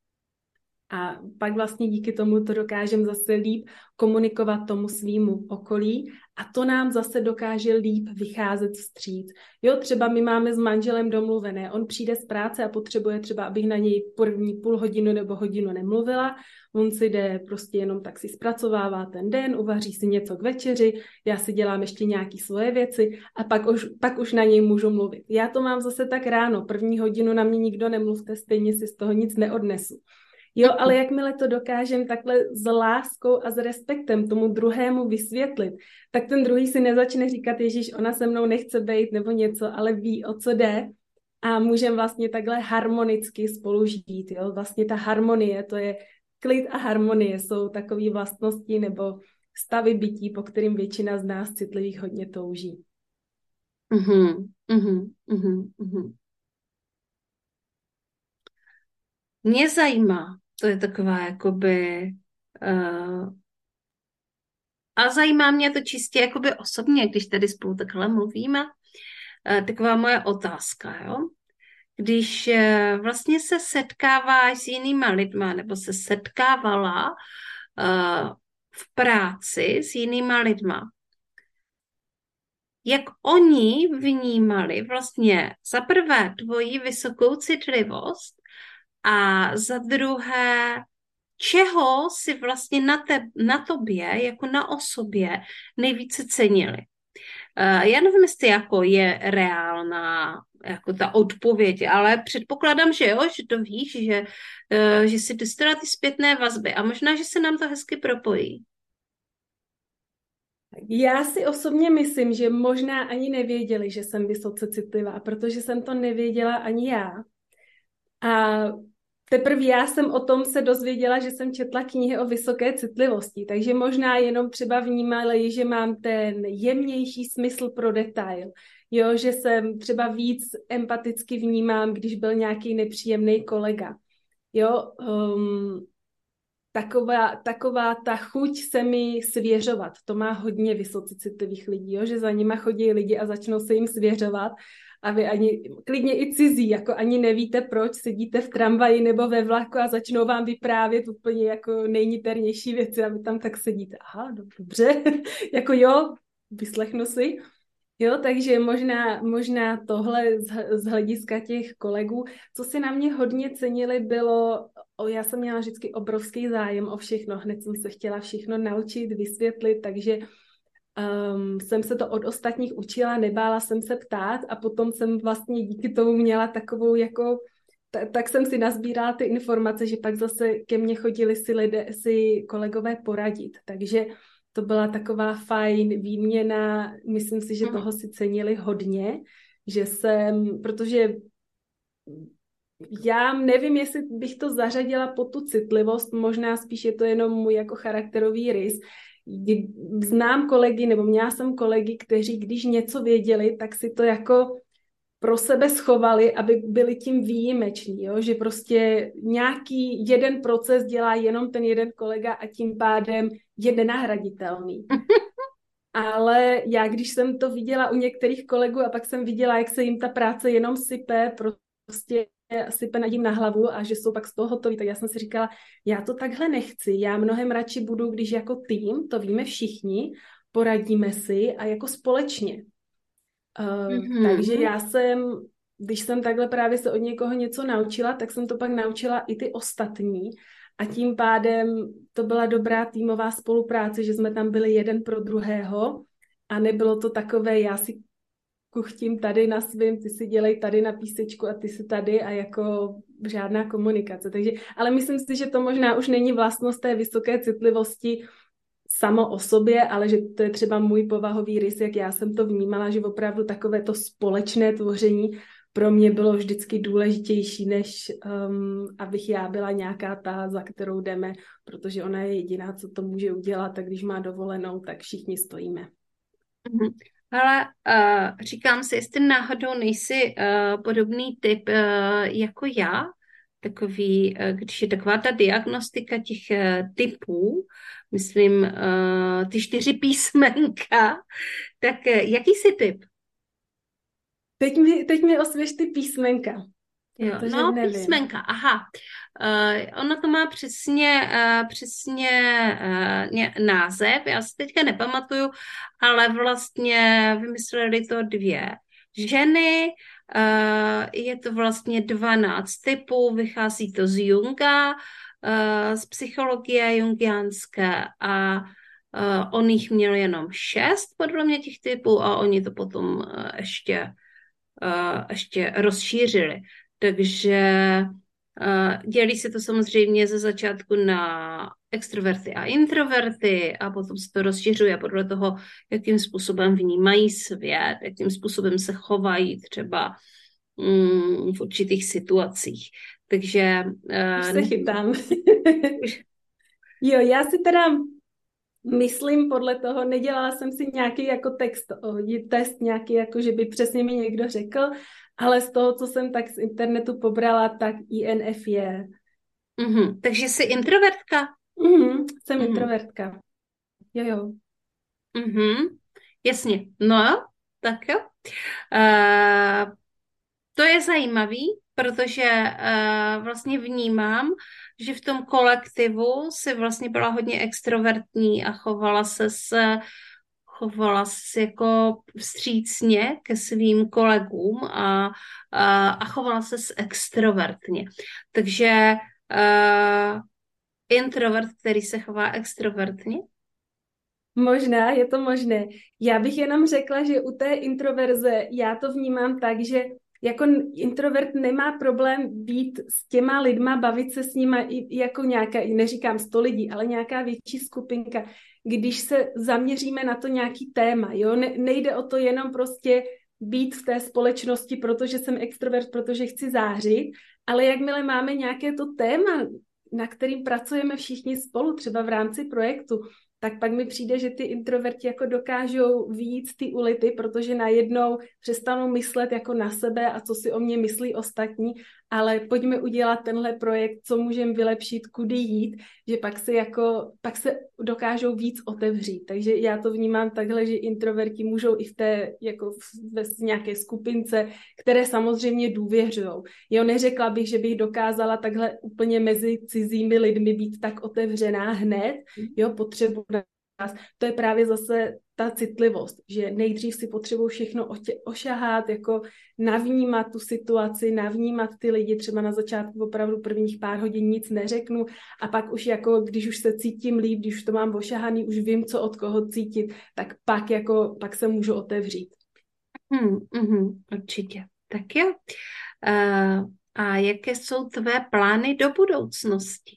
A pak vlastně díky tomu to dokážeme zase líp komunikovat tomu svýmu okolí a to nám zase dokáže líp vycházet vstříc. Jo, třeba my máme s manželem domluvené, on přijde z práce a potřebuje třeba, abych na něj první půl hodinu nebo hodinu nemluvila, on si jde prostě jenom tak si zpracovává ten den, uvaří si něco k večeři, já si dělám ještě nějaké svoje věci a pak už, pak už na něj můžu mluvit. Já to mám zase tak ráno, první hodinu na mě nikdo nemluvte, stejně si z toho nic neodnesu. Jo, ale jakmile to dokážeme takhle s láskou a s respektem tomu druhému vysvětlit, tak ten druhý si nezačne říkat, ježiš, ona se mnou nechce být nebo něco, ale ví, o co jde a můžeme vlastně takhle harmonicky spolu žít. Jo? Vlastně ta harmonie, to je klid a harmonie, jsou takové vlastnosti nebo stavy bytí, po kterým většina z nás citlivých hodně touží. Mhm, mhm, mhm, mhm. Mě zajímá, to je taková jakoby, uh, a zajímá mě to čistě jakoby osobně, když tady spolu takhle mluvíme, uh, taková moje otázka, jo. Když uh, vlastně se setkáváš s jinýma lidma, nebo se setkávala uh, v práci s jinýma lidma, jak oni vnímali vlastně za prvé tvoji vysokou citlivost, a za druhé, čeho si vlastně na, te, na tobě, jako na osobě, nejvíce cenili. Uh, já nevím, jestli jako je reálná jako ta odpověď, ale předpokládám, že jo, že to víš, že, uh, že si dostala ty zpětné vazby a možná, že se nám to hezky propojí. Já si osobně myslím, že možná ani nevěděli, že jsem vysoce citlivá, protože jsem to nevěděla ani já. A teprve já jsem o tom se dozvěděla, že jsem četla knihy o vysoké citlivosti, takže možná jenom třeba vnímali, že mám ten jemnější smysl pro detail, jo, že jsem třeba víc empaticky vnímám, když byl nějaký nepříjemný kolega. Jo, um, taková, taková ta chuť se mi svěřovat, to má hodně vysoce citlivých lidí, jo, že za nima chodí lidi a začnou se jim svěřovat a vy ani, klidně i cizí, jako ani nevíte proč, sedíte v tramvaji nebo ve vlaku a začnou vám vyprávět úplně jako nejniternější věci a vy tam tak sedíte. Aha, dobře, jako jo, vyslechnu si. Jo, takže možná, možná tohle z, z hlediska těch kolegů, co si na mě hodně cenili, bylo, o, já jsem měla vždycky obrovský zájem o všechno, hned jsem se chtěla všechno naučit, vysvětlit, takže um, jsem se to od ostatních učila, nebála jsem se ptát a potom jsem vlastně díky tomu měla takovou jako, t- tak jsem si nazbírala ty informace, že pak zase ke mně chodili si, lidé, si kolegové poradit, takže to byla taková fajn výměna, myslím si, že toho si cenili hodně, že jsem, protože Já nevím, jestli bych to zařadila pod tu citlivost, možná spíš je to jenom můj jako charakterový rys. Znám kolegy, nebo měla jsem kolegy, kteří když něco věděli, tak si to jako pro sebe schovali, aby byli tím výjimeční, jo? Že prostě nějaký jeden proces dělá jenom ten jeden kolega a tím pádem je nenahraditelný. Ale já, když jsem to viděla u některých kolegů a pak jsem viděla, jak se jim ta práce jenom sype, prostě sype nad jim na hlavu a že jsou pak z toho hotoví, tak já jsem si říkala, já to takhle nechci, já mnohem radši budu, když jako tým, to víme všichni, poradíme si a jako společně. Uh, mm-hmm. Takže já jsem, když jsem takhle právě se od někoho něco naučila, tak jsem to pak naučila i ty ostatní a tím pádem to byla dobrá týmová spolupráce, že jsme tam byli jeden pro druhého a nebylo to takové, já si kuchtím tady na svým, ty si dělej tady na písečku a ty si tady a jako žádná komunikace. Takže, ale myslím si, že to možná už není vlastnost té vysoké citlivosti samo o sobě, ale že to je třeba můj povahový rys, jak já jsem to vnímala, že opravdu takové to společné tvoření pro mě bylo vždycky důležitější, než um, abych já byla nějaká ta, za kterou jdeme, protože ona je jediná, co to může udělat, a když má dovolenou, tak všichni stojíme. Mm-hmm. Ale uh, říkám si, jestli náhodou nejsi uh, podobný typ uh, jako já, takový, uh, když je taková ta diagnostika těch uh, typů, myslím, uh, ty čtyři písmenka, tak uh, jaký jsi typ? Teď mi, teď mi osvěž ty písmenka. Jo, no, nevím. Písmenka, aha. Uh, ono to má přesně, uh, přesně uh, název, já si teďka nepamatuju, ale vlastně vymysleli to dvě ženy, uh, je to vlastně dvanáct typů, vychází to z Junga, uh, z psychologie jungiánské a uh, on jich měl jenom šest, podle mě těch typů a oni to potom uh, ještě, uh, ještě rozšířili. Takže uh, dělí se to samozřejmě ze začátku na extroverty a introverty a potom se to rozšiřuje podle toho, jakým způsobem vnímají svět, jakým způsobem se chovají třeba um, v určitých situacích. Takže... Uh, Už se chytám. Jo, já si teda myslím podle toho, nedělala jsem si nějaký jako text, test nějaký, jako že by přesně mi někdo řekl, ale z toho, co jsem tak z internetu pobrala, tak I N F je. Mm-hmm. Takže jsi introvertka? Mm-hmm. Jsem mm-hmm. introvertka. Jo, jo. Mm-hmm. Jasně. No, tak jo. Uh, to je zajímavý, protože uh, vlastně vnímám, že v tom kolektivu si vlastně byla hodně extrovertní a chovala se s chovala se jako vstřícně ke svým kolegům a, a, a chovala se extrovertně. Takže uh, introvert, který se chová extrovertně? Možná, je to možné. Já bych jenom řekla, že u té introverze já to vnímám tak, že jako introvert nemá problém být s těma lidma, bavit se s nima i jako nějaká, neříkám sto lidí, ale nějaká větší skupinka, když se zaměříme na to nějaký téma, jo, ne, nejde o to jenom prostě být v té společnosti, protože jsem extrovert, protože chci zářit, ale jakmile máme nějaké to téma, na kterým pracujeme všichni spolu, třeba v rámci projektu, tak pak mi přijde, že ty introverti jako dokážou vyjít z ty ulity, protože najednou přestanou myslet jako na sebe a co si o mě myslí ostatní, ale pojďme udělat tenhle projekt, co můžeme vylepšit, kudy jít, že pak se jako, pak se dokážou víc otevřít. Takže já to vnímám takhle, že introverti můžou i v té, jako ve nějaké skupince, které samozřejmě důvěřujou. Jo, neřekla bych, že bych dokázala takhle úplně mezi cizími lidmi být tak otevřená hned, jo, potřebuji nás. To je právě zase ta citlivost, že nejdřív si potřebuji všechno otě, ošahat, jako navnímat tu situaci, navnímat ty lidi, třeba na začátku opravdu prvních pár hodin nic neřeknu a pak už jako, když už se cítím líp, když už to mám ošahaný, už vím, co od koho cítit, tak pak jako, pak se můžu otevřít. Hmm, mm, určitě. Tak jo. Uh, a jaké jsou tvé plány do budoucnosti?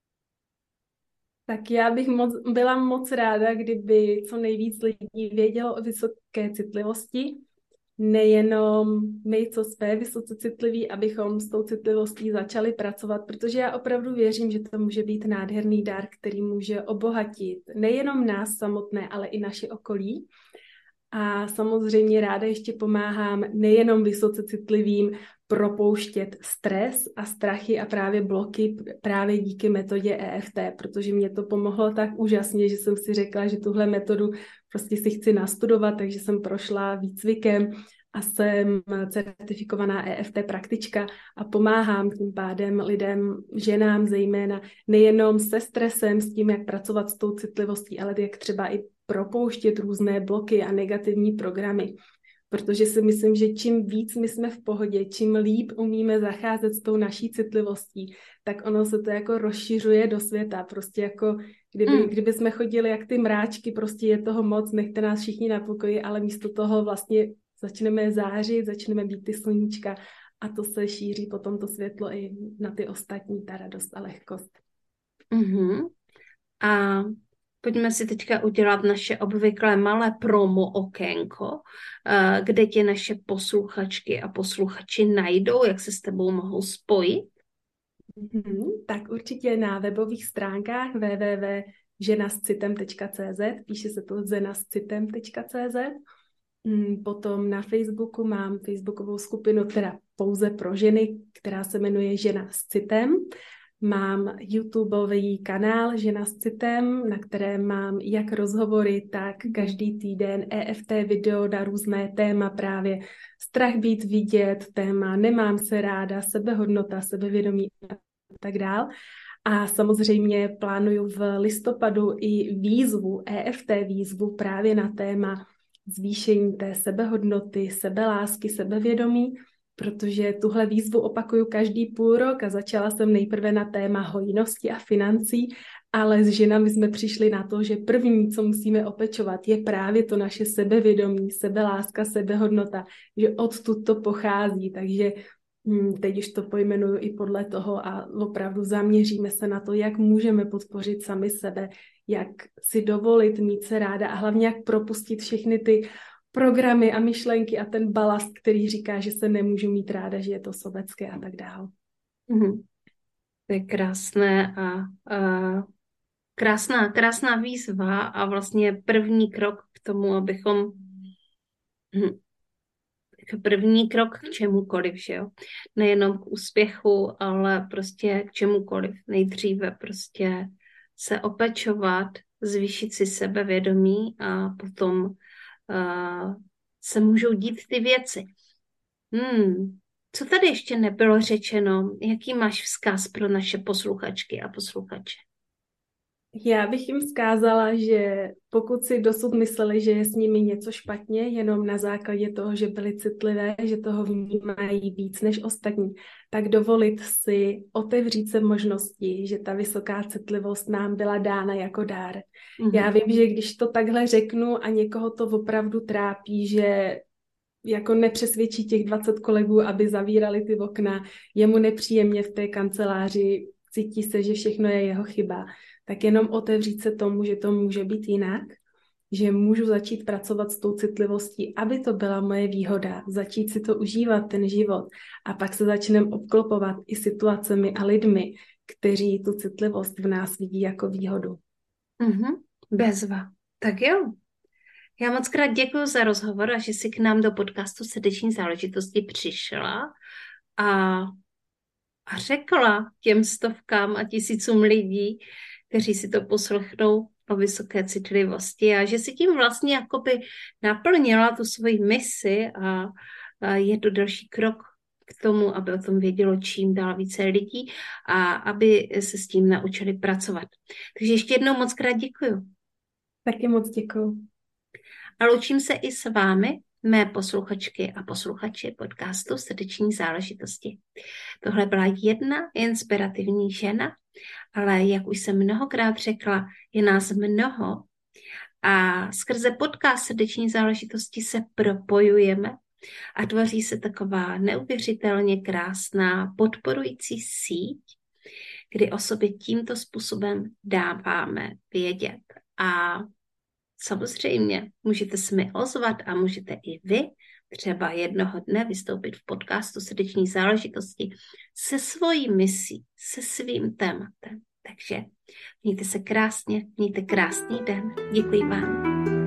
Tak já bych moc, byla moc ráda, kdyby co nejvíc lidí vědělo o vysoké citlivosti. nejenom my, co jsme vysoce citliví, abychom s tou citlivostí začali pracovat, protože já opravdu věřím, že to může být nádherný dar, který může obohatit nejenom nás samotné, ale i naše okolí. A samozřejmě ráda ještě pomáhám nejenom vysoce citlivým propouštět stres a strachy a právě bloky právě díky metodě E F T, protože mě to pomohlo tak úžasně, že jsem si řekla, že tuhle metodu prostě si chci nastudovat, takže jsem prošla výcvikem a jsem certifikovaná E F T praktička a pomáhám tím pádem lidem, ženám zejména, nejenom se stresem, s tím, jak pracovat s tou citlivostí, ale jak třeba i propouštět různé bloky a negativní programy. Protože si myslím, že čím víc my jsme v pohodě, čím líp umíme zacházet s tou naší citlivostí, tak ono se to jako rozšiřuje do světa. Prostě jako kdyby, mm. kdyby jsme chodili jak ty mráčky, prostě je toho moc, nechte nás všichni na pokoji, ale místo toho vlastně začneme zářit, začneme být ty sluníčka a to se šíří potom to světlo i na ty ostatní, ta radost a lehkost. Mm-hmm. A pojďme si teďka udělat naše obvyklé malé promo okénko, kde tě naše posluchačky a posluchači najdou, jak se s tebou mohou spojit. Mm-hmm. Tak určitě na webových stránkách w w w tečka žena s citem tečka c z, píše se to žena s citem tečka c z. Potom na Facebooku mám facebookovou skupinu, teda pouze pro ženy, která se jmenuje Žena s citem. Mám YouTubeový kanál Žena s citem, na kterém mám jak rozhovory, tak každý týden E F T video na různé téma, právě strach být vidět, téma nemám se ráda, sebehodnota, sebevědomí a tak dál. A samozřejmě plánuju v listopadu i výzvu, E F T výzvu právě na téma zvýšení té sebehodnoty, sebelásky, sebevědomí, protože tuhle výzvu opakuju každý půl rok a začala jsem nejprve na téma hojnosti a financí, ale s ženami jsme přišli na to, že první, co musíme opečovat, je právě to naše sebevědomí, sebeláska, sebehodnota, že odtud to pochází, takže hm, teď už to pojmenuju i podle toho a opravdu zaměříme se na to, jak můžeme podpořit sami sebe, jak si dovolit mít se ráda a hlavně jak propustit všechny ty programy a myšlenky a ten balast, který říká, že se nemůžu mít ráda, že je to sobecké a tak dál. Mm-hmm. To je krásné a, a krásná, krásná výzva a vlastně první krok k tomu, abychom hm, první krok k čemukoliv, že jo? Nejenom k úspěchu, ale prostě k čemukoliv. Nejdříve prostě se opečovat, zvýšit si sebevědomí a potom uh, se můžou dít ty věci. Hmm. Co tady ještě nebylo řečeno? Jaký máš vzkaz pro naše posluchačky a posluchače? Já bych jim vzkázala, že pokud si dosud mysleli, že je s nimi něco špatně, jenom na základě toho, že byli citlivé, že toho vnímají víc než ostatní, tak dovolit si otevřít se možnosti, že ta vysoká citlivost nám byla dána jako dár. Mm-hmm. Já vím, že když to takhle řeknu a někoho to opravdu trápí, že jako nepřesvědčí těch dvacet kolegů, aby zavírali ty okna, je mu nepříjemně v té kanceláři, cítí se, že všechno je jeho chyba, tak jenom otevřít se tomu, že to může být jinak, že můžu začít pracovat s tou citlivostí, aby to byla moje výhoda, začít si to užívat, ten život a pak se začneme obklopovat i situacemi a lidmi, kteří tu citlivost v nás vidí jako výhodu. Mm-hmm. Bezva. Tak jo. Já moc krát děkuji za rozhovor a že jsi k nám do podcastu Srdeční záležitosti přišla a, a řekla těm stovkám a tisícům lidí, kteří si to poslechnou, o vysoké citlivosti a že si tím vlastně jakoby naplnila tu svoji misi a, a je to další krok k tomu, aby o tom vědělo čím dál více lidí a aby se s tím naučili pracovat. Takže ještě jednou moc krát děkuju. Taky moc děkuju. A loučím se i s vámi, mé posluchačky a posluchači podcastu Srdeční záležitosti. Tohle byla jedna inspirativní žena, ale jak už jsem mnohokrát řekla, je nás mnoho a skrze podcast Srdeční záležitosti se propojujeme a tvoří se taková neuvěřitelně krásná podporující síť, kdy o sobě tímto způsobem dáváme vědět. A samozřejmě můžete se mi ozvat a můžete i vy třeba jednoho dne vystoupit v podcastu Srdeční záležitosti se svojí misí, se svým tématem. Takže mějte se krásně, mějte krásný den. Děkuji vám.